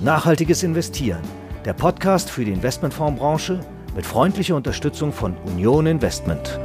Nachhaltiges Investieren, der Podcast für die Investmentfondsbranche mit freundlicher Unterstützung von Union Investment.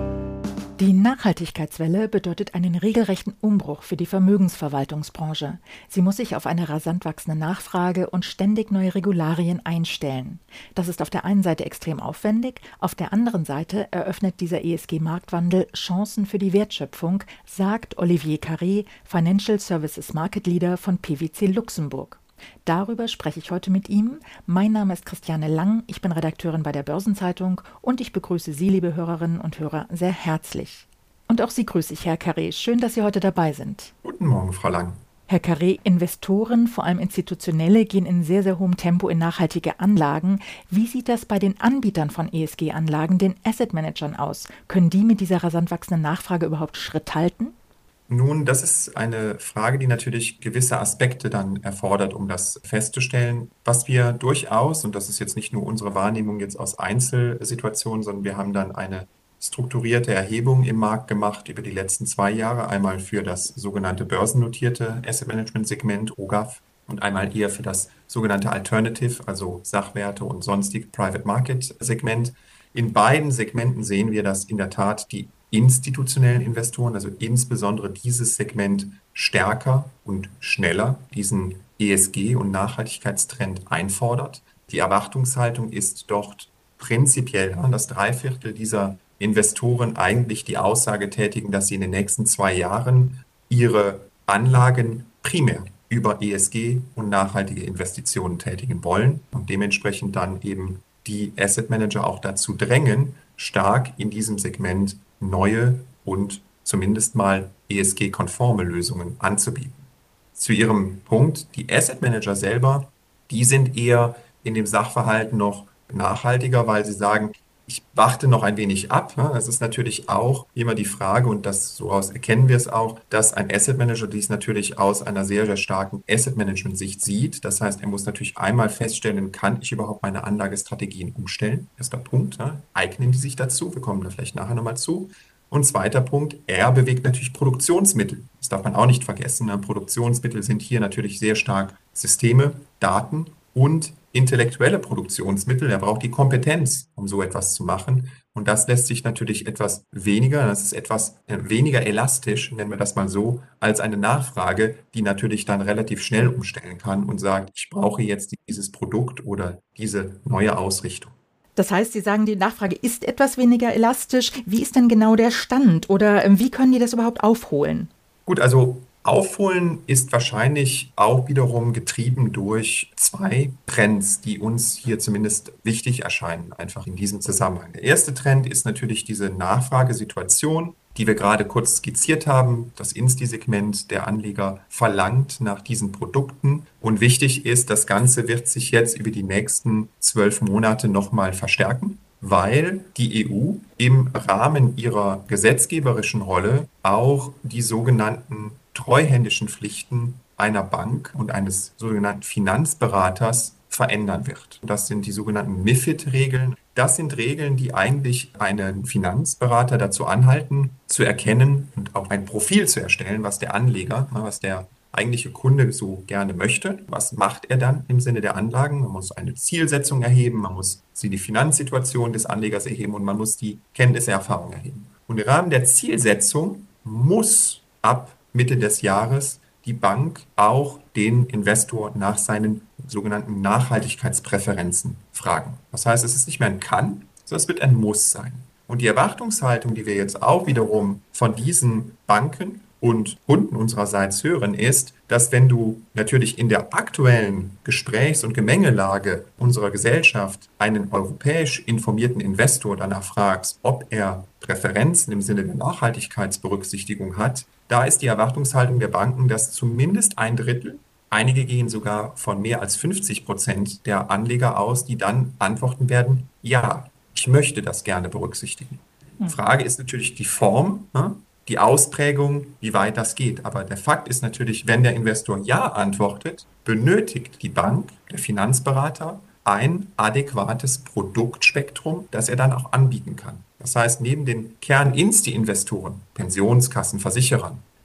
Die Nachhaltigkeitswelle bedeutet einen regelrechten Umbruch für die Vermögensverwaltungsbranche. Sie muss sich auf eine rasant wachsende Nachfrage und ständig neue Regularien einstellen. Das ist auf der einen Seite extrem aufwendig, auf der anderen Seite eröffnet dieser ESG-Marktwandel Chancen für die Wertschöpfung, sagt Olivier Carré, Financial Services Market Leader von PwC Luxemburg. Darüber spreche ich heute mit ihm. Mein Name ist Christiane Lang, ich bin Redakteurin bei der Börsenzeitung und ich begrüße Sie, liebe Hörerinnen und Hörer, sehr herzlich. Und auch Sie grüße ich, Herr Carré. Schön, dass Sie heute dabei sind. Guten Morgen, Frau Lang. Herr Carré, Investoren, vor allem Institutionelle, gehen in sehr, sehr hohem Tempo in nachhaltige Anlagen. Wie sieht das bei den Anbietern von ESG-Anlagen, den Asset Managern, aus? Können die mit dieser rasant wachsenden Nachfrage überhaupt Schritt halten? Nun, das ist eine Frage, die natürlich gewisse Aspekte dann erfordert, um das festzustellen. Was wir durchaus, und das ist jetzt nicht nur unsere Wahrnehmung jetzt aus Einzelsituationen, sondern wir haben dann eine strukturierte Erhebung im Markt gemacht über die letzten 2 Jahre, einmal für das sogenannte börsennotierte Asset Management Segment, OGAF, und einmal eher für das sogenannte Alternative, also Sachwerte und sonstig Private Market Segment. In beiden Segmenten sehen wir, dass in der Tat die institutionellen Investoren, also insbesondere dieses Segment, stärker und schneller diesen ESG- und Nachhaltigkeitstrend einfordert. Die Erwartungshaltung ist dort prinzipiell, dass 3/4 dieser Investoren eigentlich die Aussage tätigen, dass sie in den nächsten 2 Jahren ihre Anlagen primär über ESG und nachhaltige Investitionen tätigen wollen und dementsprechend dann eben die Asset Manager auch dazu drängen, stark in diesem Segment neue und zumindest mal ESG-konforme Lösungen anzubieten. Zu Ihrem Punkt, die Asset Manager selber, die sind eher in dem Sachverhalt noch nachhaltiger, weil sie sagen, ich warte noch ein wenig ab. Es ist natürlich auch immer die Frage, und so aus erkennen wir es auch, dass ein Asset Manager dies natürlich aus einer sehr, sehr starken Asset Management Sicht sieht. Das heißt, er muss natürlich einmal feststellen, kann ich überhaupt meine Anlagestrategien umstellen? Erster Punkt, eignen die sich dazu? Wir kommen da vielleicht nachher nochmal zu. Und zweiter Punkt, er bewegt natürlich Produktionsmittel. Das darf man auch nicht vergessen. Produktionsmittel sind hier natürlich sehr stark Systeme, Daten und intellektuelle Produktionsmittel. Er braucht die Kompetenz, um so etwas zu machen. Und das lässt sich natürlich etwas weniger, das ist etwas weniger elastisch, nennen wir das mal so, als eine Nachfrage, die natürlich dann relativ schnell umstellen kann und sagt, ich brauche jetzt dieses Produkt oder diese neue Ausrichtung. Das heißt, Sie sagen, die Nachfrage ist etwas weniger elastisch. Wie ist denn genau der Stand oder wie können die das überhaupt aufholen? Gut, also aufholen ist wahrscheinlich auch wiederum getrieben durch 2 Trends, die uns hier zumindest wichtig erscheinen, einfach in diesem Zusammenhang. Der erste Trend ist natürlich diese Nachfragesituation, die wir gerade kurz skizziert haben. Das Insti-Segment der Anleger verlangt nach diesen Produkten. Und wichtig ist, das Ganze wird sich jetzt über die nächsten 12 Monate nochmal verstärken, weil die EU im Rahmen ihrer gesetzgeberischen Rolle auch die sogenannten treuhändischen Pflichten einer Bank und eines sogenannten Finanzberaters verändern wird. Das sind die sogenannten MiFID-Regeln. Das sind Regeln, die eigentlich einen Finanzberater dazu anhalten, zu erkennen und auch ein Profil zu erstellen, was der Anleger, was der eigentliche Kunde so gerne möchte. Was macht er dann im Sinne der Anlagen? Man muss eine Zielsetzung erheben, man muss die Finanzsituation des Anlegers erheben und man muss die Kenntnisse, Erfahrung erheben. Und im Rahmen der Zielsetzung muss ab Mitte des Jahres die Bank auch den Investor nach seinen sogenannten Nachhaltigkeitspräferenzen fragen. Das heißt, es ist nicht mehr ein Kann, sondern es wird ein Muss sein. Und die Erwartungshaltung, die wir jetzt auch wiederum von diesen Banken und Kunden unsererseits hören, ist, dass wenn du natürlich in der aktuellen Gesprächs- und Gemengelage unserer Gesellschaft einen europäisch informierten Investor danach fragst, ob er Präferenzen im Sinne der Nachhaltigkeitsberücksichtigung hat, da ist die Erwartungshaltung der Banken, dass zumindest 1/3, einige gehen sogar von mehr als 50% der Anleger aus, die dann antworten werden, ja, ich möchte das gerne berücksichtigen. Frage ist natürlich die Form, die Ausprägung, wie weit das geht. Aber der Fakt ist natürlich, wenn der Investor Ja antwortet, benötigt die Bank, der Finanzberater, ein adäquates Produktspektrum, das er dann auch anbieten kann. Das heißt, neben den Kern-Insti-Investoren, Pensionskassen, Versicherern,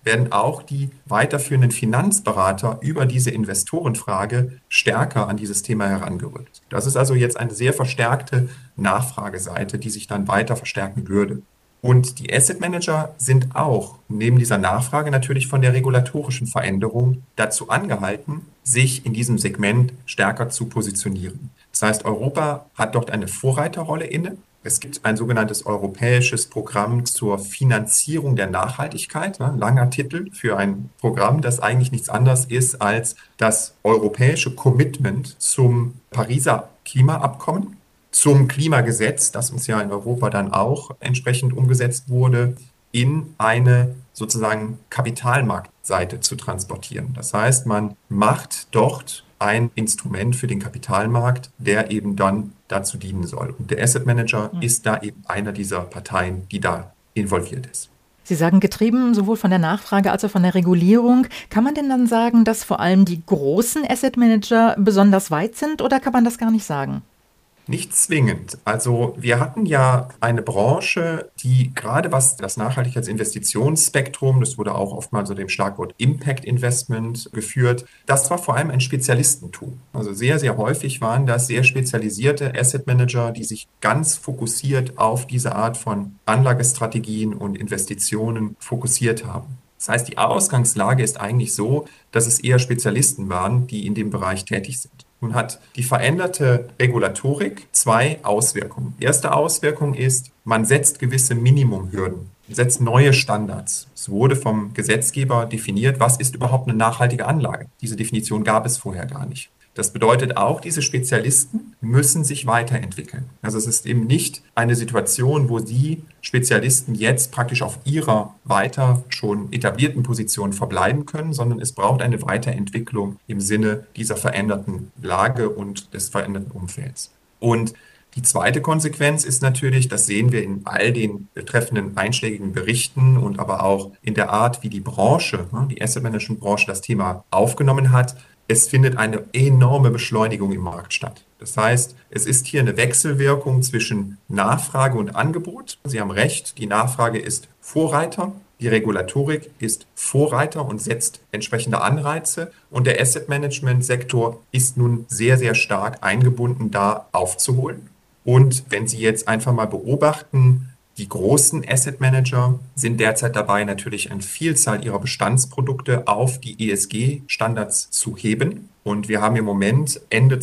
werden auch die weiterführenden Finanzberater über diese Investorenfrage stärker an dieses Thema herangerückt. Das ist also jetzt eine sehr verstärkte Nachfrageseite, die sich dann weiter verstärken würde. Und die Asset Manager sind auch neben dieser Nachfrage natürlich von der regulatorischen Veränderung dazu angehalten, sich in diesem Segment stärker zu positionieren. Das heißt, Europa hat dort eine Vorreiterrolle inne. Es gibt ein sogenanntes europäisches Programm zur Finanzierung der Nachhaltigkeit, langer Titel für ein Programm, das eigentlich nichts anderes ist als das europäische Commitment zum Pariser Klimaabkommen, zum Klimagesetz, das uns ja in Europa dann auch entsprechend umgesetzt wurde, in eine sozusagen Kapitalmarktseite zu transportieren. Das heißt, man macht dort ein Instrument für den Kapitalmarkt, der eben dann dazu dienen soll. Und der Asset Manager ist da eben einer dieser Parteien, die da involviert ist. Sie sagen, getrieben sowohl von der Nachfrage als auch von der Regulierung. Kann man denn dann sagen, dass vor allem die großen Asset Manager besonders weit sind, oder kann man das gar nicht sagen? Nicht zwingend. Also wir hatten ja eine Branche, die gerade was das Nachhaltigkeitsinvestitionsspektrum, das wurde auch oftmals unter dem Schlagwort Impact Investment geführt, das war vor allem ein Spezialistentum. Also sehr, sehr häufig waren das sehr spezialisierte Asset Manager, die sich ganz fokussiert auf diese Art von Anlagestrategien und Investitionen fokussiert haben. Das heißt, die Ausgangslage ist eigentlich so, dass es eher Spezialisten waren, die in dem Bereich tätig sind. Nun hat die veränderte Regulatorik zwei Auswirkungen. Die erste Auswirkung ist, man setzt gewisse Minimumhürden, setzt neue Standards. Es wurde vom Gesetzgeber definiert, was ist überhaupt eine nachhaltige Anlage. Diese Definition gab es vorher gar nicht. Das bedeutet auch, diese Spezialisten müssen sich weiterentwickeln. Also es ist eben nicht eine Situation, wo die Spezialisten jetzt praktisch auf ihrer weiter schon etablierten Position verbleiben können, sondern es braucht eine Weiterentwicklung im Sinne dieser veränderten Lage und des veränderten Umfelds. Und die zweite Konsequenz ist natürlich, das sehen wir in all den betreffenden einschlägigen Berichten und aber auch in der Art, wie die Branche, die Asset Management Branche das Thema aufgenommen hat. Es findet eine enorme Beschleunigung im Markt statt. Das heißt, es ist hier eine Wechselwirkung zwischen Nachfrage und Angebot. Sie haben recht, die Nachfrage ist Vorreiter, die Regulatorik ist Vorreiter und setzt entsprechende Anreize. Und der Asset Management Sektor ist nun sehr, sehr stark eingebunden, da aufzuholen. Und wenn Sie jetzt einfach mal beobachten, die großen Asset Manager sind derzeit dabei, natürlich eine Vielzahl ihrer Bestandsprodukte auf die ESG-Standards zu heben. Und wir haben im Moment Ende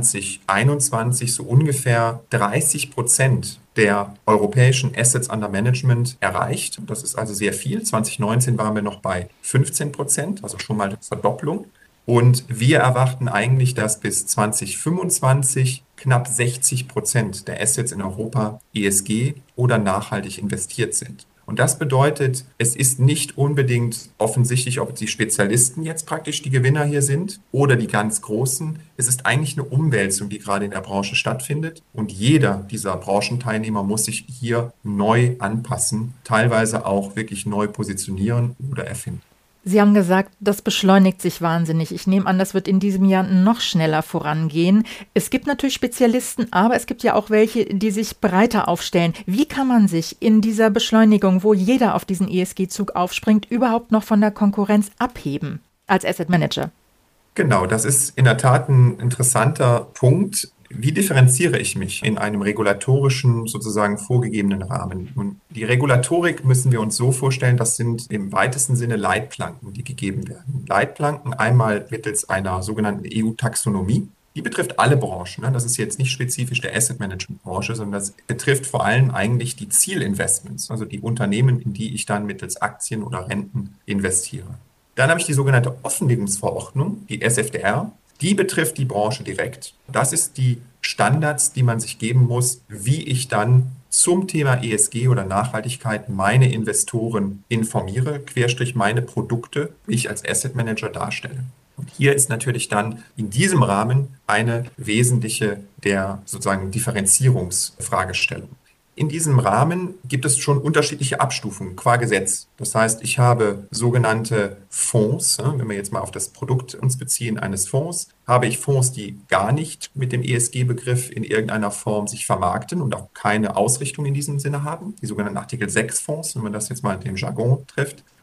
2021 so ungefähr 30% der europäischen Assets under Management erreicht. Das ist also sehr viel. 2019 waren wir noch bei 15%, also schon mal eine Verdopplung. Und wir erwarten eigentlich, dass bis 2025 knapp 60% der Assets in Europa ESG oder nachhaltig investiert sind. Und das bedeutet, es ist nicht unbedingt offensichtlich, ob die Spezialisten jetzt praktisch die Gewinner hier sind oder die ganz Großen. Es ist eigentlich eine Umwälzung, die gerade in der Branche stattfindet. Und jeder dieser Branchenteilnehmer muss sich hier neu anpassen, teilweise auch wirklich neu positionieren oder erfinden. Sie haben gesagt, das beschleunigt sich wahnsinnig. Ich nehme an, das wird in diesem Jahr noch schneller vorangehen. Es gibt natürlich Spezialisten, aber es gibt ja auch welche, die sich breiter aufstellen. Wie kann man sich in dieser Beschleunigung, wo jeder auf diesen ESG-Zug aufspringt, überhaupt noch von der Konkurrenz abheben als Asset Manager? Genau, das ist in der Tat ein interessanter Punkt. Wie differenziere ich mich in einem regulatorischen, sozusagen vorgegebenen Rahmen? Und die Regulatorik müssen wir uns so vorstellen, das sind im weitesten Sinne Leitplanken, die gegeben werden. Leitplanken einmal mittels einer sogenannten EU-Taxonomie. Die betrifft alle Branchen. Das ist jetzt nicht spezifisch der Asset-Management-Branche, sondern das betrifft vor allem eigentlich die Zielinvestments, also die Unternehmen, in die ich dann mittels Aktien oder Renten investiere. Dann habe ich die sogenannte Offenlegungsverordnung, die SFDR. Die betrifft die Branche direkt. Das ist die Standards, die man sich geben muss, wie ich dann zum Thema ESG oder Nachhaltigkeit meine Investoren informiere, querstrich meine Produkte, wie ich als Asset Manager darstelle. Und hier ist natürlich dann in diesem Rahmen eine wesentliche der sozusagen Differenzierungsfragestellung. In diesem Rahmen gibt es schon unterschiedliche Abstufungen qua Gesetz. Das heißt, ich habe sogenannte Fonds, wenn wir jetzt mal auf das Produkt uns beziehen eines Fonds, habe ich Fonds, die gar nicht mit dem ESG-Begriff in irgendeiner Form sich vermarkten und auch keine Ausrichtung in diesem Sinne haben, die sogenannten Artikel 6 Fonds, wenn man das jetzt mal in dem Jargon trifft.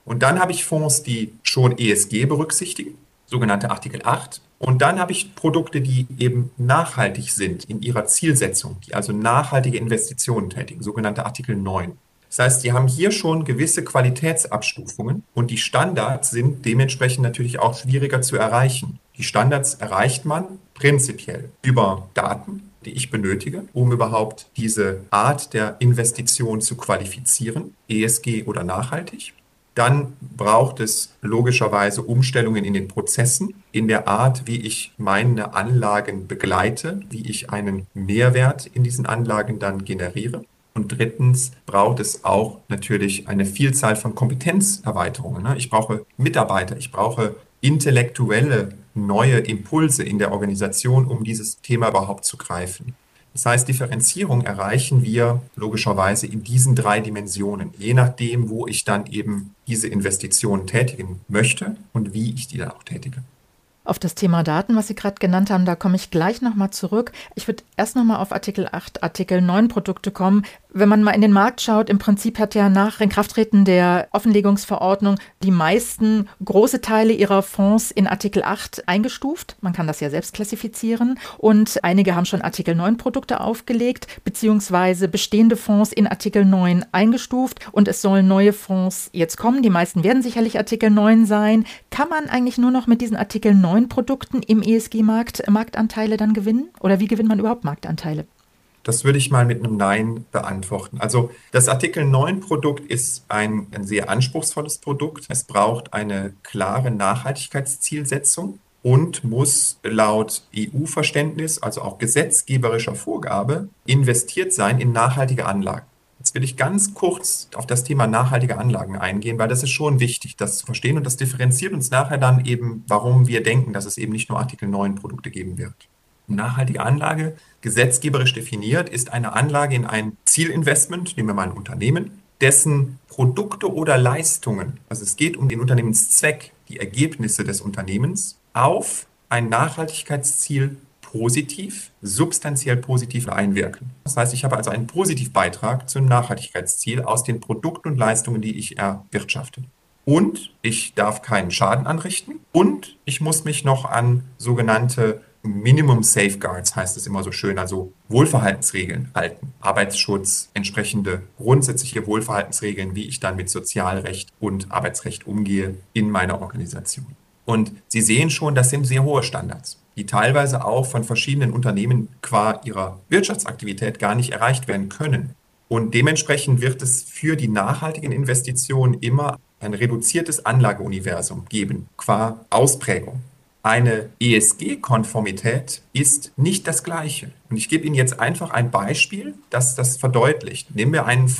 Und dann habe ich Fonds, die schon ESG berücksichtigen, sogenannte Artikel 8. Und dann habe ich Produkte, die eben nachhaltig sind in ihrer Zielsetzung, die also nachhaltige Investitionen tätigen, sogenannte Artikel 9. Das heißt, die haben hier schon gewisse Qualitätsabstufungen und die Standards sind dementsprechend natürlich auch schwieriger zu erreichen. Die Standards erreicht man prinzipiell über Daten, die ich benötige, um überhaupt diese Art der Investition zu qualifizieren, ESG oder nachhaltig. Dann braucht es logischerweise Umstellungen in den Prozessen, in der Art, wie ich meine Anlagen begleite, wie ich einen Mehrwert in diesen Anlagen dann generiere. Und drittens braucht es auch natürlich eine Vielzahl von Kompetenzerweiterungen. Ich brauche Mitarbeiter, ich brauche intellektuelle neue Impulse in der Organisation, um dieses Thema überhaupt zu greifen. Das heißt, Differenzierung erreichen wir logischerweise in diesen 3 Dimensionen, je nachdem, wo ich dann eben diese Investitionen tätigen möchte und wie ich die dann auch tätige. Auf das Thema Daten, was Sie gerade genannt haben, da komme ich gleich nochmal zurück. Ich würde erst nochmal auf Artikel 8, Artikel 9 Produkte kommen. Wenn man mal in den Markt schaut, im Prinzip hat ja nach Inkrafttreten der Offenlegungsverordnung die meisten große Teile ihrer Fonds in Artikel 8 eingestuft. Man kann das ja selbst klassifizieren. Und einige haben schon Artikel 9 Produkte aufgelegt, beziehungsweise bestehende Fonds in Artikel 9 eingestuft. Und es sollen neue Fonds jetzt kommen. Die meisten werden sicherlich Artikel 9 sein. Kann man eigentlich nur noch mit diesen Artikel 9 Produkten im ESG-Markt Marktanteile dann gewinnen? Oder wie gewinnt man überhaupt Marktanteile? Das würde ich mal mit einem Nein beantworten. Also das Artikel 9 Produkt ist ein sehr anspruchsvolles Produkt. Es braucht eine klare Nachhaltigkeitszielsetzung und muss laut EU-Verständnis, also auch gesetzgeberischer Vorgabe, investiert sein in nachhaltige Anlagen. Jetzt will ich ganz kurz auf das Thema nachhaltige Anlagen eingehen, weil das ist schon wichtig, das zu verstehen. Und das differenziert uns nachher dann eben, warum wir denken, dass es eben nicht nur Artikel 9 Produkte geben wird. Nachhaltige Anlage, gesetzgeberisch definiert, ist eine Anlage in ein Zielinvestment, nehmen wir mal ein Unternehmen, dessen Produkte oder Leistungen, also es geht um den Unternehmenszweck, die Ergebnisse des Unternehmens, auf ein Nachhaltigkeitsziel positiv, substanziell positiv einwirken. Das heißt, ich habe also einen Positivbeitrag zum Nachhaltigkeitsziel aus den Produkten und Leistungen, die ich erwirtschafte. Und ich darf keinen Schaden anrichten und ich muss mich noch an sogenannte Minimum Safeguards, heißt es immer so schön, also Wohlverhaltensregeln halten, Arbeitsschutz, entsprechende grundsätzliche Wohlverhaltensregeln, wie ich dann mit Sozialrecht und Arbeitsrecht umgehe in meiner Organisation. Und Sie sehen schon, das sind sehr hohe Standards, die teilweise auch von verschiedenen Unternehmen qua ihrer Wirtschaftsaktivität gar nicht erreicht werden können. Und dementsprechend wird es für die nachhaltigen Investitionen immer ein reduziertes Anlageuniversum geben, qua Ausprägung. Eine ESG-Konformität ist nicht das Gleiche. Und ich gebe Ihnen jetzt einfach ein Beispiel, das das verdeutlicht. Nehmen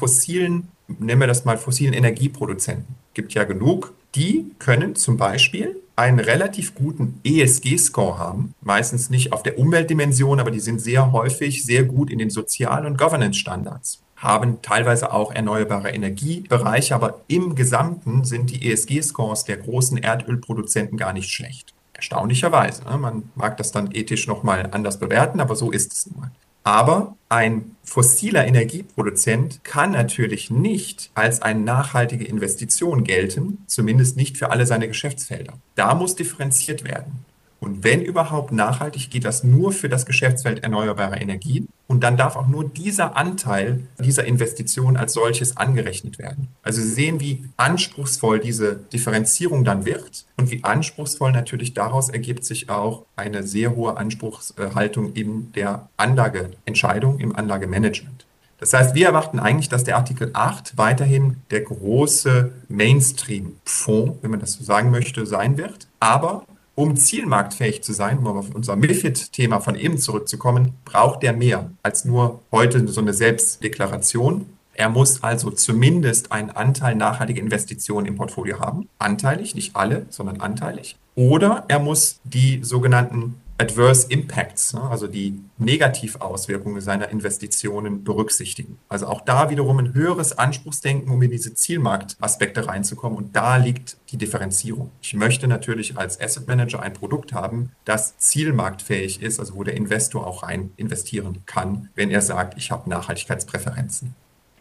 wir das mal fossilen Energieproduzenten. Gibt ja genug. Die können zum Beispiel einen relativ guten ESG-Score haben. Meistens nicht auf der Umweltdimension, aber die sind sehr häufig sehr gut in den Sozial- und Governance-Standards. Haben teilweise auch erneuerbare Energiebereiche, aber im Gesamten sind die ESG-Scores der großen Erdölproduzenten gar nicht schlecht. Erstaunlicherweise. Man mag das dann ethisch nochmal anders bewerten, aber so ist es nun mal. Aber ein fossiler Energieproduzent kann natürlich nicht als eine nachhaltige Investition gelten, zumindest nicht für alle seine Geschäftsfelder. Da muss differenziert werden. Und wenn überhaupt nachhaltig, geht das nur für das Geschäftsfeld erneuerbare Energien. Und dann darf auch nur dieser Anteil dieser Investition als solches angerechnet werden. Also Sie sehen, wie anspruchsvoll diese Differenzierung dann wird und wie anspruchsvoll natürlich daraus ergibt sich auch eine sehr hohe Anspruchshaltung in der Anlageentscheidung, im Anlagemanagement. Das heißt, wir erwarten eigentlich, dass der Artikel 8 weiterhin der große Mainstream-Fonds, wenn man das so sagen möchte, sein wird. Aber um zielmarktfähig zu sein, um auf unser MiFID-Thema von eben zurückzukommen, braucht er mehr als nur heute so eine Selbstdeklaration. Er muss also zumindest einen Anteil nachhaltiger Investitionen im Portfolio haben. Anteilig, nicht alle, sondern anteilig. Oder er muss die sogenannten Adverse Impacts, also die Negativauswirkungen seiner Investitionen berücksichtigen. Also auch da wiederum ein höheres Anspruchsdenken, um in diese Zielmarktaspekte reinzukommen. Und da liegt die Differenzierung. Ich möchte natürlich als Asset Manager ein Produkt haben, das zielmarktfähig ist, also wo der Investor auch rein investieren kann, wenn er sagt, ich habe Nachhaltigkeitspräferenzen.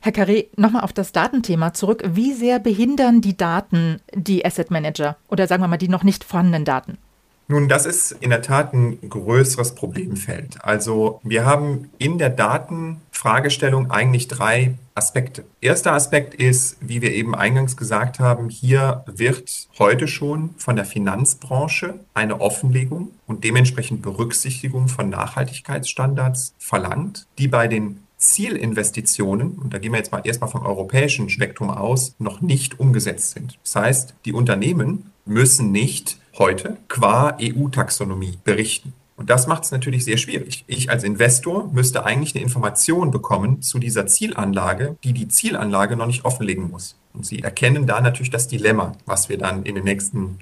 Herr Carré, nochmal auf das Datenthema zurück. Wie sehr behindern die Daten die Asset Manager oder sagen wir mal die noch nicht vorhandenen Daten? Nun, das ist in der Tat ein größeres Problemfeld. Also wir haben in der Datenfragestellung eigentlich drei Aspekte. Erster Aspekt ist, wie wir eben eingangs gesagt haben, hier wird heute schon von der Finanzbranche eine Offenlegung und dementsprechend Berücksichtigung von Nachhaltigkeitsstandards verlangt, die bei den Zielinvestitionen, und da gehen wir jetzt mal erstmal vom europäischen Spektrum aus, noch nicht umgesetzt sind. Das heißt, die Unternehmen müssen nicht heute qua EU-Taxonomie berichten. Und das macht es natürlich sehr schwierig. Ich als Investor müsste eigentlich eine Information bekommen zu dieser Zielanlage, die die Zielanlage noch nicht offenlegen muss. Und Sie erkennen da natürlich das Dilemma, was wir dann in den nächsten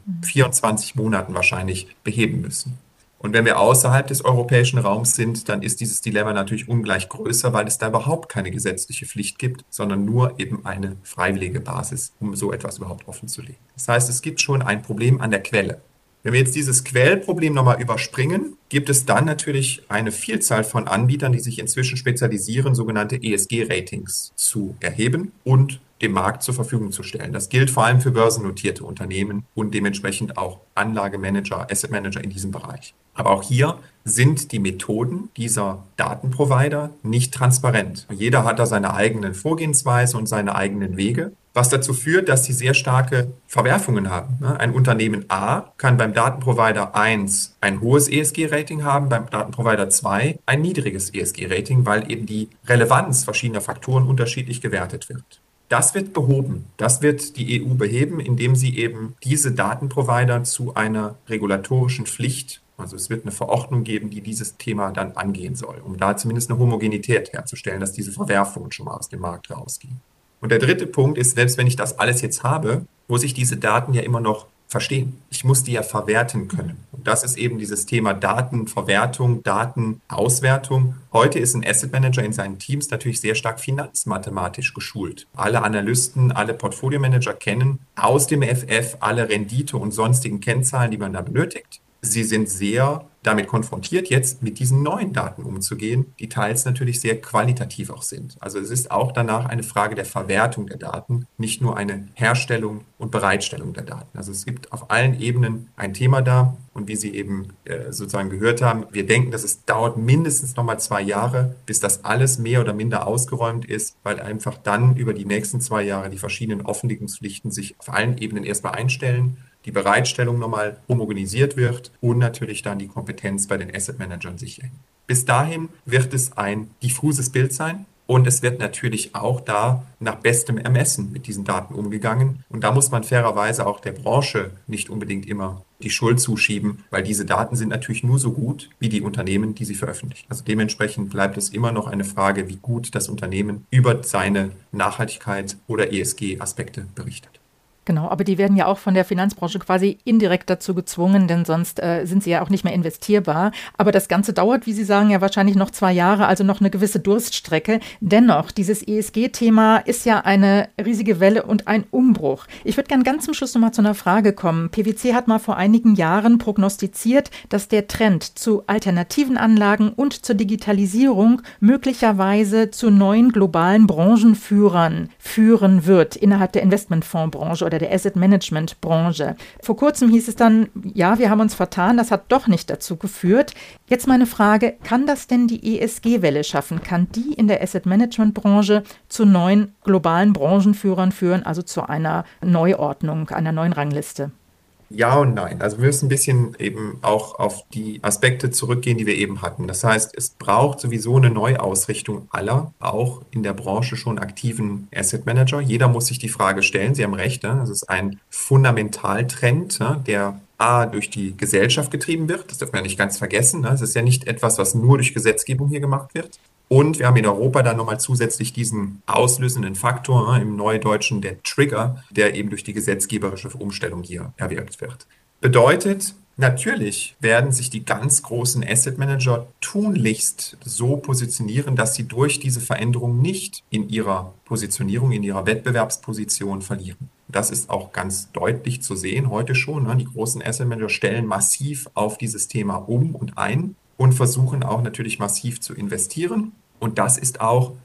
24 Monaten wahrscheinlich beheben müssen. Und wenn wir außerhalb des europäischen Raums sind, dann ist dieses Dilemma natürlich ungleich größer, weil es da überhaupt keine gesetzliche Pflicht gibt, sondern nur eben eine freiwillige Basis, um so etwas überhaupt offenzulegen. Das heißt, es gibt schon ein Problem an der Quelle. Wenn wir jetzt dieses Quellproblem nochmal überspringen, gibt es dann natürlich eine Vielzahl von Anbietern, die sich inzwischen spezialisieren, sogenannte ESG-Ratings zu erheben und dem Markt zur Verfügung zu stellen. Das gilt vor allem für börsennotierte Unternehmen und dementsprechend auch Anlagemanager, Asset Manager in diesem Bereich. Aber auch hier sind die Methoden dieser Datenprovider nicht transparent. Jeder hat da seine eigenen Vorgehensweise und seine eigenen Wege, was dazu führt, dass sie sehr starke Verwerfungen haben. Ein Unternehmen A kann beim Datenprovider 1 ein hohes ESG-Rating haben, beim Datenprovider 2 ein niedriges ESG-Rating, weil eben die Relevanz verschiedener Faktoren unterschiedlich gewertet wird. Das wird behoben. Das wird die EU beheben, indem sie eben diese Datenprovider zu einer regulatorischen Pflicht, also es wird eine Verordnung geben, die dieses Thema dann angehen soll, um da zumindest eine Homogenität herzustellen, dass diese Verwerfungen schon mal aus dem Markt rausgehen. Und der dritte Punkt ist, selbst wenn ich das alles jetzt habe, muss ich diese Daten ja immer noch verstehen. Ich muss die ja verwerten können. Und das ist eben dieses Thema Datenverwertung, Datenauswertung. Heute ist ein Asset Manager in seinen Teams natürlich sehr stark finanzmathematisch geschult. Alle Analysten, alle Portfolio-Manager kennen aus dem FF alle Rendite und sonstigen Kennzahlen, die man da benötigt. Sie sind sehr damit konfrontiert, jetzt mit diesen neuen Daten umzugehen, die teils natürlich sehr qualitativ auch sind. Also es ist auch danach eine Frage der Verwertung der Daten, nicht nur eine Herstellung und Bereitstellung der Daten. Also es gibt auf allen Ebenen ein Thema da und wie Sie eben sozusagen gehört haben, wir denken, dass es dauert mindestens nochmal 2 Jahre, bis das alles mehr oder minder ausgeräumt ist, weil einfach dann über die nächsten 2 Jahre die verschiedenen Offenlegungspflichten sich auf allen Ebenen erstmal einstellen, die Bereitstellung nochmal homogenisiert wird und natürlich dann die Kompetenz bei den Asset Managern sichern. Bis dahin wird es ein diffuses Bild sein und es wird natürlich auch da nach bestem Ermessen mit diesen Daten umgegangen. Und da muss man fairerweise auch der Branche nicht unbedingt immer die Schuld zuschieben, weil diese Daten sind natürlich nur so gut wie die Unternehmen, die sie veröffentlichen. Also dementsprechend bleibt es immer noch eine Frage, wie gut das Unternehmen über seine Nachhaltigkeit oder ESG-Aspekte berichtet. Genau, aber die werden ja auch von der Finanzbranche quasi indirekt dazu gezwungen, denn sonst sind sie ja auch nicht mehr investierbar. Aber das Ganze dauert, wie Sie sagen, ja wahrscheinlich noch 2 Jahre, also noch eine gewisse Durststrecke. Dennoch, dieses ESG-Thema ist ja eine riesige Welle und ein Umbruch. Ich würde gerne ganz zum Schluss noch mal zu einer Frage kommen. PwC hat mal vor einigen Jahren prognostiziert, dass der Trend zu alternativen Anlagen und zur Digitalisierung möglicherweise zu neuen globalen Branchenführern führen wird innerhalb der Investmentfondsbranche oder der Asset-Management-Branche. Vor kurzem hieß es dann, ja, wir haben uns vertan, das hat doch nicht dazu geführt. Jetzt meine Frage, kann das denn die ESG-Welle schaffen? Kann die in der Asset-Management-Branche zu neuen globalen Branchenführern führen, also zu einer Neuordnung, einer neuen Rangliste? Ja und nein. Also wir müssen ein bisschen eben auch auf die Aspekte zurückgehen, die wir eben hatten. Das heißt, es braucht sowieso eine Neuausrichtung aller, auch in der Branche schon aktiven Asset Manager. Jeder muss sich die Frage stellen, Sie haben recht, das ist ein Fundamentaltrend, der A, durch die Gesellschaft getrieben wird. Das darf man nicht ganz vergessen. Es ist ja nicht etwas, was nur durch Gesetzgebung hier gemacht wird. Und wir haben in Europa dann nochmal zusätzlich diesen auslösenden Faktor, im Neudeutschen der Trigger, der eben durch die gesetzgeberische Umstellung hier erwirkt wird. Bedeutet, natürlich werden sich die ganz großen Asset Manager tunlichst so positionieren, dass sie durch diese Veränderung nicht in ihrer Positionierung, in ihrer Wettbewerbsposition verlieren. Das ist auch ganz deutlich zu sehen heute schon. Die großen Asset Manager stellen massiv auf dieses Thema um und ein und versuchen auch natürlich massiv zu investieren. Und das ist auch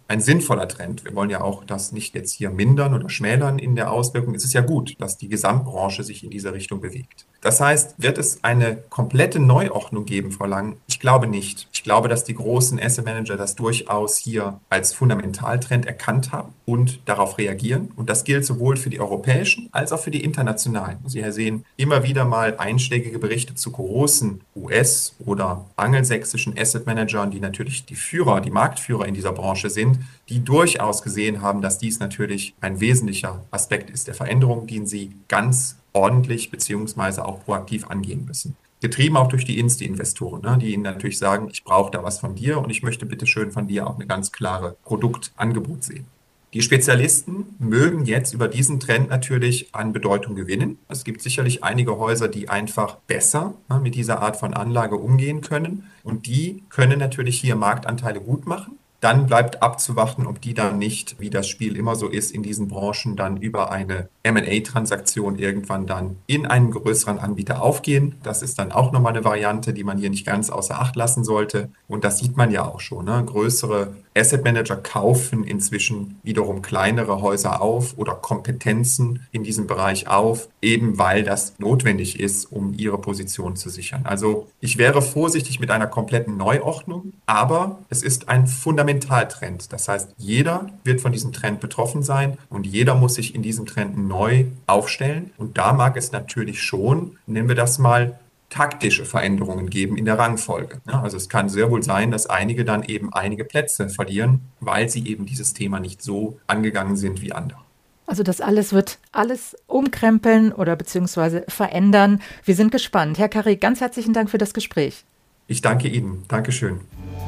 ein sinnvoller Trend. Wir wollen ja auch das nicht jetzt hier mindern oder schmälern in der Auswirkung. Es ist ja gut, dass die Gesamtbranche sich in diese Richtung bewegt. Das heißt, wird es eine komplette Neuordnung geben, Frau Lang? Ich glaube nicht. Ich glaube, dass die großen Asset Manager das durchaus hier als Fundamentaltrend erkannt haben und darauf reagieren. Und das gilt sowohl für die europäischen als auch für die internationalen. Sie sehen immer wieder mal einschlägige Berichte zu großen US- oder angelsächsischen Asset Managern, die natürlich die Marktführer in dieser Branche sind, die durchaus gesehen haben, dass dies natürlich ein wesentlicher Aspekt ist der Veränderung, den sie ganz ordentlich beziehungsweise auch proaktiv angehen müssen. Getrieben auch durch die Insti-Investoren, ne, die ihnen natürlich sagen, ich brauche da was von dir und ich möchte bitte schön von dir auch eine ganz klare Produktangebot sehen. Die Spezialisten mögen jetzt über diesen Trend natürlich an Bedeutung gewinnen. Es gibt sicherlich einige Häuser, die einfach besser mit dieser Art von Anlage umgehen können und die können natürlich hier Marktanteile gut machen. Dann bleibt abzuwarten, ob die dann nicht, wie das Spiel immer so ist in diesen Branchen, dann über eine M&A-Transaktion irgendwann dann in einen größeren Anbieter aufgehen. Das ist dann auch nochmal eine Variante, die man hier nicht ganz außer Acht lassen sollte. Und das sieht man ja auch schon. Ne? Größere Asset Manager kaufen inzwischen wiederum kleinere Häuser auf oder Kompetenzen in diesem Bereich auf, eben weil das notwendig ist, um ihre Position zu sichern. Also ich wäre vorsichtig mit einer kompletten Neuordnung, aber es ist ein Fundamentaltrend. Das heißt, jeder wird von diesem Trend betroffen sein und jeder muss sich in diesem Trend neu aufstellen. Und da mag es natürlich schon, nennen wir das mal, taktische Veränderungen geben in der Rangfolge. Ja, also es kann sehr wohl sein, dass einige dann eben einige Plätze verlieren, weil sie eben dieses Thema nicht so angegangen sind wie andere. Also das alles wird alles umkrempeln oder beziehungsweise verändern. Wir sind gespannt. Herr Carré, ganz herzlichen Dank für das Gespräch. Ich danke Ihnen. Dankeschön.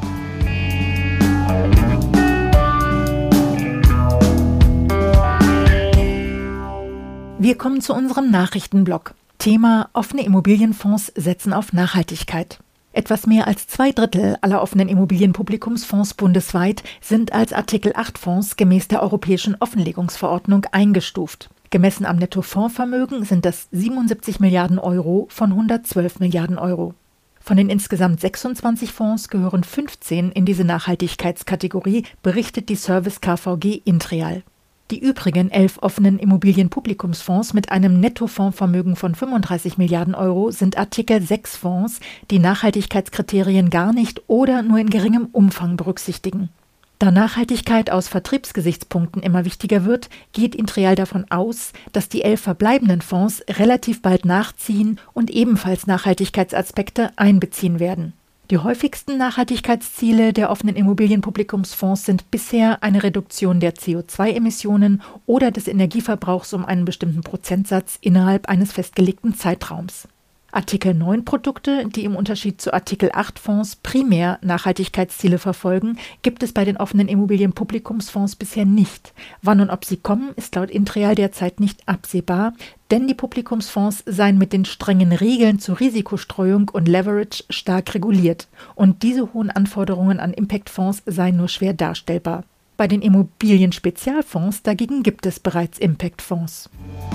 Wir kommen zu unserem Nachrichtenblock. Thema: offene Immobilienfonds setzen auf Nachhaltigkeit. Etwas mehr als 2/3 aller offenen Immobilienpublikumsfonds bundesweit sind als Artikel 8 Fonds gemäß der Europäischen Offenlegungsverordnung eingestuft. Gemessen am Nettofondsvermögen sind das 77 Milliarden Euro von 112 Milliarden Euro. Von den insgesamt 26 Fonds gehören 15 in diese Nachhaltigkeitskategorie, berichtet die Service KVG Intreal. Die übrigen 11 offenen Immobilienpublikumsfonds mit einem Nettofondsvermögen von 35 Milliarden Euro sind Artikel 6 Fonds, die Nachhaltigkeitskriterien gar nicht oder nur in geringem Umfang berücksichtigen. Da Nachhaltigkeit aus Vertriebsgesichtspunkten immer wichtiger wird, geht Intreal davon aus, dass die 11 verbleibenden Fonds relativ bald nachziehen und ebenfalls Nachhaltigkeitsaspekte einbeziehen werden. Die häufigsten Nachhaltigkeitsziele der offenen Immobilienpublikumsfonds sind bisher eine Reduktion der CO2-Emissionen oder des Energieverbrauchs um einen bestimmten Prozentsatz innerhalb eines festgelegten Zeitraums. Artikel 9 Produkte, die im Unterschied zu Artikel 8 Fonds primär Nachhaltigkeitsziele verfolgen, gibt es bei den offenen Immobilienpublikumsfonds bisher nicht. Wann und ob sie kommen, ist laut Intreal derzeit nicht absehbar, denn die Publikumsfonds seien mit den strengen Regeln zur Risikostreuung und Leverage stark reguliert und diese hohen Anforderungen an Impactfonds seien nur schwer darstellbar. Bei den Immobilien-Spezialfonds dagegen gibt es bereits Impactfonds.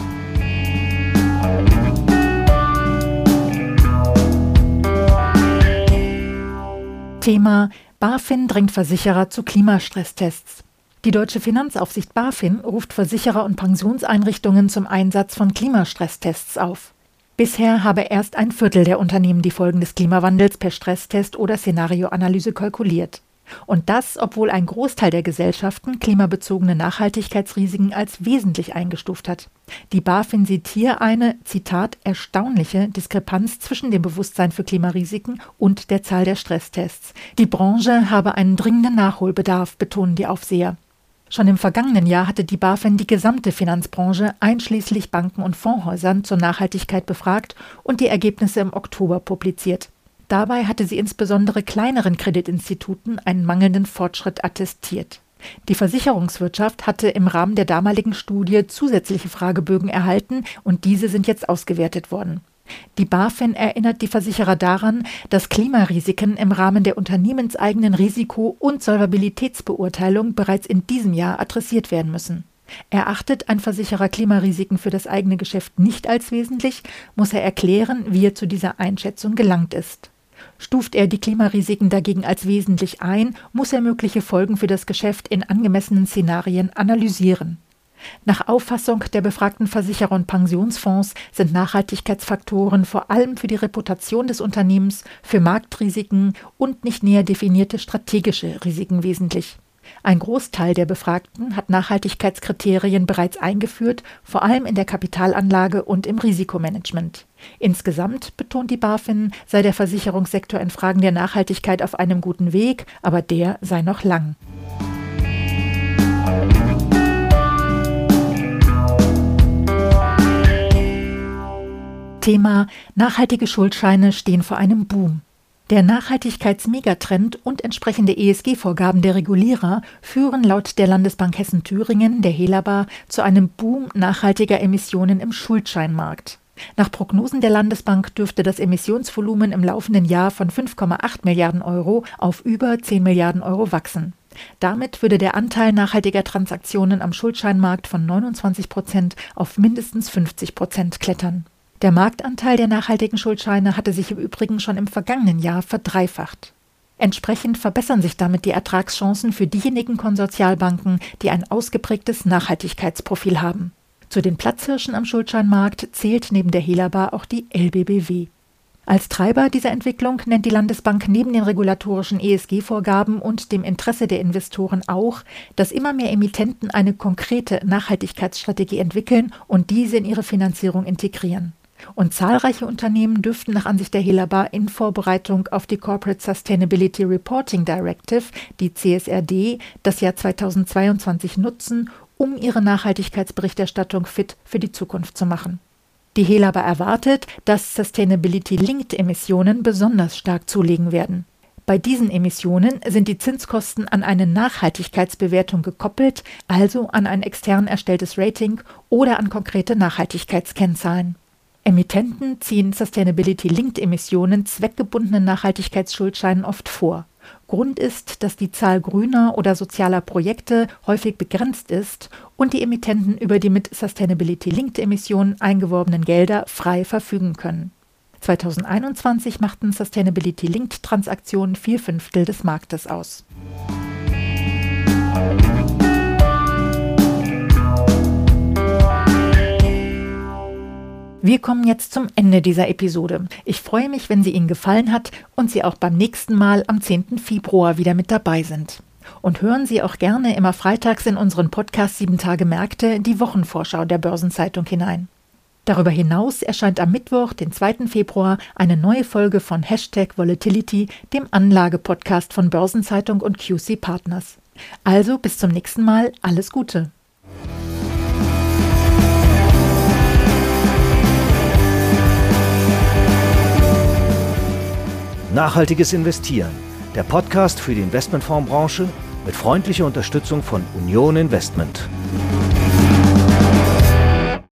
Thema: BaFin drängt Versicherer zu Klimastresstests. Die deutsche Finanzaufsicht BaFin ruft Versicherer und Pensionseinrichtungen zum Einsatz von Klimastresstests auf. Bisher habe erst ein Viertel der Unternehmen die Folgen des Klimawandels per Stresstest oder Szenarioanalyse kalkuliert. Und das, obwohl ein Großteil der Gesellschaften klimabezogene Nachhaltigkeitsrisiken als wesentlich eingestuft hat. Die BaFin sieht hier eine, Zitat, erstaunliche Diskrepanz zwischen dem Bewusstsein für Klimarisiken und der Zahl der Stresstests. Die Branche habe einen dringenden Nachholbedarf, betonen die Aufseher. Schon im vergangenen Jahr hatte die BaFin die gesamte Finanzbranche einschließlich Banken und Fondshäusern zur Nachhaltigkeit befragt und die Ergebnisse im Oktober publiziert. Dabei hatte sie insbesondere kleineren Kreditinstituten einen mangelnden Fortschritt attestiert. Die Versicherungswirtschaft hatte im Rahmen der damaligen Studie zusätzliche Fragebögen erhalten und diese sind jetzt ausgewertet worden. Die BaFin erinnert die Versicherer daran, dass Klimarisiken im Rahmen der unternehmenseigenen Risiko- und Solvabilitätsbeurteilung bereits in diesem Jahr adressiert werden müssen. Erachtet ein Versicherer Klimarisiken für das eigene Geschäft nicht als wesentlich, muss er erklären, wie er zu dieser Einschätzung gelangt ist. Stuft er die Klimarisiken dagegen als wesentlich ein, muss er mögliche Folgen für das Geschäft in angemessenen Szenarien analysieren. Nach Auffassung der befragten Versicherer und Pensionsfonds sind Nachhaltigkeitsfaktoren vor allem für die Reputation des Unternehmens, für Marktrisiken und nicht näher definierte strategische Risiken wesentlich. Ein Großteil der Befragten hat Nachhaltigkeitskriterien bereits eingeführt, vor allem in der Kapitalanlage und im Risikomanagement. Insgesamt, betont die BaFin, sei der Versicherungssektor in Fragen der Nachhaltigkeit auf einem guten Weg, aber der sei noch lang. Thema: Nachhaltige Schuldscheine stehen vor einem Boom. Der Nachhaltigkeitsmegatrend und entsprechende ESG-Vorgaben der Regulierer führen laut der Landesbank Hessen-Thüringen, der Helaba, zu einem Boom nachhaltiger Emissionen im Schuldscheinmarkt. Nach Prognosen der Landesbank dürfte das Emissionsvolumen im laufenden Jahr von 5,8 Milliarden Euro auf über 10 Milliarden Euro wachsen. Damit würde der Anteil nachhaltiger Transaktionen am Schuldscheinmarkt von 29% auf mindestens 50% klettern. Der Marktanteil der nachhaltigen Schuldscheine hatte sich im Übrigen schon im vergangenen Jahr verdreifacht. Entsprechend verbessern sich damit die Ertragschancen für diejenigen Konsortialbanken, die ein ausgeprägtes Nachhaltigkeitsprofil haben. Zu den Platzhirschen am Schuldscheinmarkt zählt neben der Helaba auch die LBBW. Als Treiber dieser Entwicklung nennt die Landesbank neben den regulatorischen ESG-Vorgaben und dem Interesse der Investoren auch, dass immer mehr Emittenten eine konkrete Nachhaltigkeitsstrategie entwickeln und diese in ihre Finanzierung integrieren. Und zahlreiche Unternehmen dürften nach Ansicht der Helaba in Vorbereitung auf die Corporate Sustainability Reporting Directive, die CSRD, das Jahr 2022 nutzen, um ihre Nachhaltigkeitsberichterstattung fit für die Zukunft zu machen. Die Helaba erwartet, dass Sustainability-Linked-Emissionen besonders stark zulegen werden. Bei diesen Emissionen sind die Zinskosten an eine Nachhaltigkeitsbewertung gekoppelt, also an ein extern erstelltes Rating oder an konkrete Nachhaltigkeitskennzahlen. Emittenten ziehen Sustainability-Linked-Emissionen zweckgebundenen Nachhaltigkeitsschuldscheinen oft vor. Grund ist, dass die Zahl grüner oder sozialer Projekte häufig begrenzt ist und die Emittenten über die mit Sustainability-Linked-Emissionen eingeworbenen Gelder frei verfügen können. 2021 machten Sustainability-Linked-Transaktionen 4/5 des Marktes aus. Wir kommen jetzt zum Ende dieser Episode. Ich freue mich, wenn sie Ihnen gefallen hat und Sie auch beim nächsten Mal am 10. Februar wieder mit dabei sind. Und hören Sie auch gerne immer freitags in unseren Podcast 7 Tage Märkte die Wochenvorschau der Börsenzeitung hinein. Darüber hinaus erscheint am Mittwoch, den 2. Februar, eine neue Folge von #Volatility, dem Anlagepodcast von Börsenzeitung und QC Partners. Also bis zum nächsten Mal, alles Gute! Nachhaltiges Investieren, der Podcast für die Investmentfondsbranche mit freundlicher Unterstützung von Union Investment.